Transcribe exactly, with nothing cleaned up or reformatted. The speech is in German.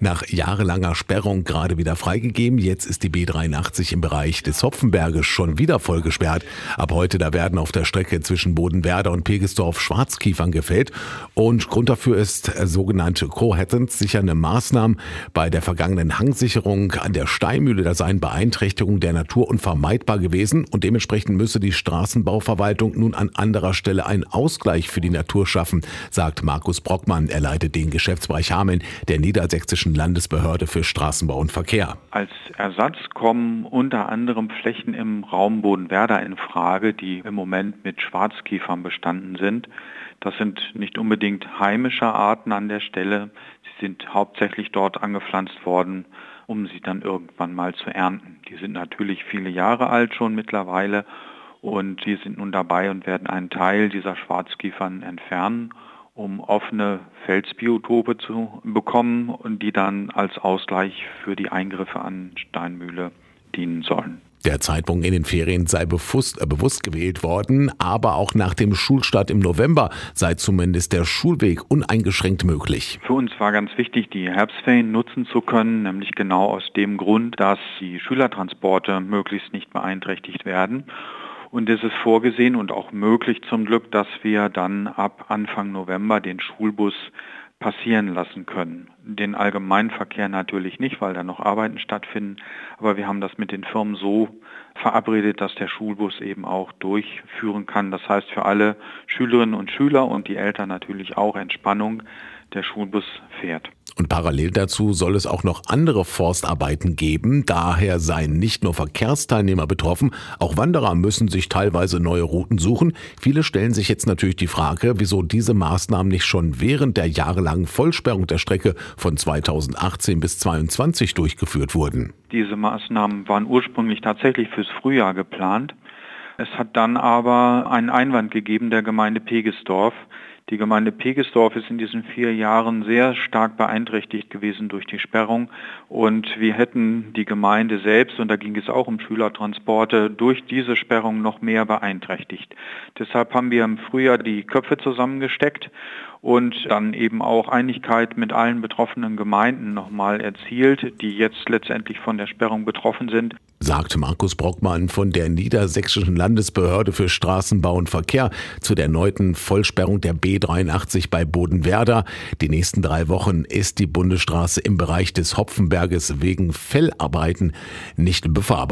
Nach jahrelanger Sperrung gerade wieder freigegeben. Jetzt ist die B dreiundachtzig im Bereich des Hopfenberges schon wieder voll gesperrt. Ab heute, da werden auf der Strecke zwischen Bodenwerder und Pegesdorf Schwarzkiefern gefällt. Und Grund dafür ist sogenannte kohättenssichernde Maßnahmen. Bei der vergangenen Hangsicherung an der Steinmühle, da seien Beeinträchtigungen der Natur unvermeidbar gewesen. Und dementsprechend müsse die Straßenbauverwaltung nun an anderer Stelle einen Ausgleich für die Natur schaffen, sagt Markus Brockmann. Er leitet den Geschäftsbereich Hameln der Niedersächsischen Landesbehörde für Straßenbau und Verkehr. Als Ersatz kommen unter anderem Flächen im Raum Bodenwerder in Frage, die im Moment mit Schwarzkiefern bestanden sind. Das sind nicht unbedingt heimische Arten an der Stelle. Sie sind hauptsächlich dort angepflanzt worden, um sie dann irgendwann mal zu ernten. Die sind natürlich viele Jahre alt schon mittlerweile und die sind nun dabei und werden einen Teil dieser Schwarzkiefern entfernen, um offene Felsbiotope zu bekommen und die dann als Ausgleich für die Eingriffe an Steinmühle dienen sollen. Der Zeitpunkt in den Ferien sei bewusst, äh, bewusst gewählt worden, aber auch nach dem Schulstart im November sei zumindest der Schulweg uneingeschränkt möglich. Für uns war ganz wichtig, die Herbstferien nutzen zu können, nämlich genau aus dem Grund, dass die Schülertransporte möglichst nicht beeinträchtigt werden. Und es ist vorgesehen und auch möglich zum Glück, dass wir dann ab Anfang November den Schulbus passieren lassen können. Den Allgemeinverkehr natürlich nicht, weil da noch Arbeiten stattfinden. Aber wir haben das mit den Firmen so verabredet, dass der Schulbus eben auch durchführen kann. Das heißt für alle Schülerinnen und Schüler und die Eltern natürlich auch Entspannung. Der Schulbus fährt. Und parallel dazu soll es auch noch andere Forstarbeiten geben. Daher seien nicht nur Verkehrsteilnehmer betroffen, auch Wanderer müssen sich teilweise neue Routen suchen. Viele stellen sich jetzt natürlich die Frage, wieso diese Maßnahmen nicht schon während der jahrelangen Vollsperrung der Strecke von zweitausendachtzehn bis zweitausendzweiundzwanzig durchgeführt wurden. Diese Maßnahmen waren ursprünglich tatsächlich fürs Frühjahr geplant. Es hat dann aber einen Einwand gegeben der Gemeinde Pegesdorf. Die Gemeinde Pegesdorf ist in diesen vier Jahren sehr stark beeinträchtigt gewesen durch die Sperrung und wir hätten die Gemeinde selbst, und da ging es auch um Schülertransporte, durch diese Sperrung noch mehr beeinträchtigt. Deshalb haben wir im Frühjahr die Köpfe zusammengesteckt und dann eben auch Einigkeit mit allen betroffenen Gemeinden nochmal erzielt, die jetzt letztendlich von der Sperrung betroffen sind. Sagt Markus Brockmann von der Niedersächsischen Landesbehörde für Straßenbau und Verkehr zu der erneuten Vollsperrung der B dreiundachtzig bei Bodenwerder. Die nächsten drei Wochen ist die Bundesstraße im Bereich des Hopfenberges wegen Fellarbeiten nicht befahrbar.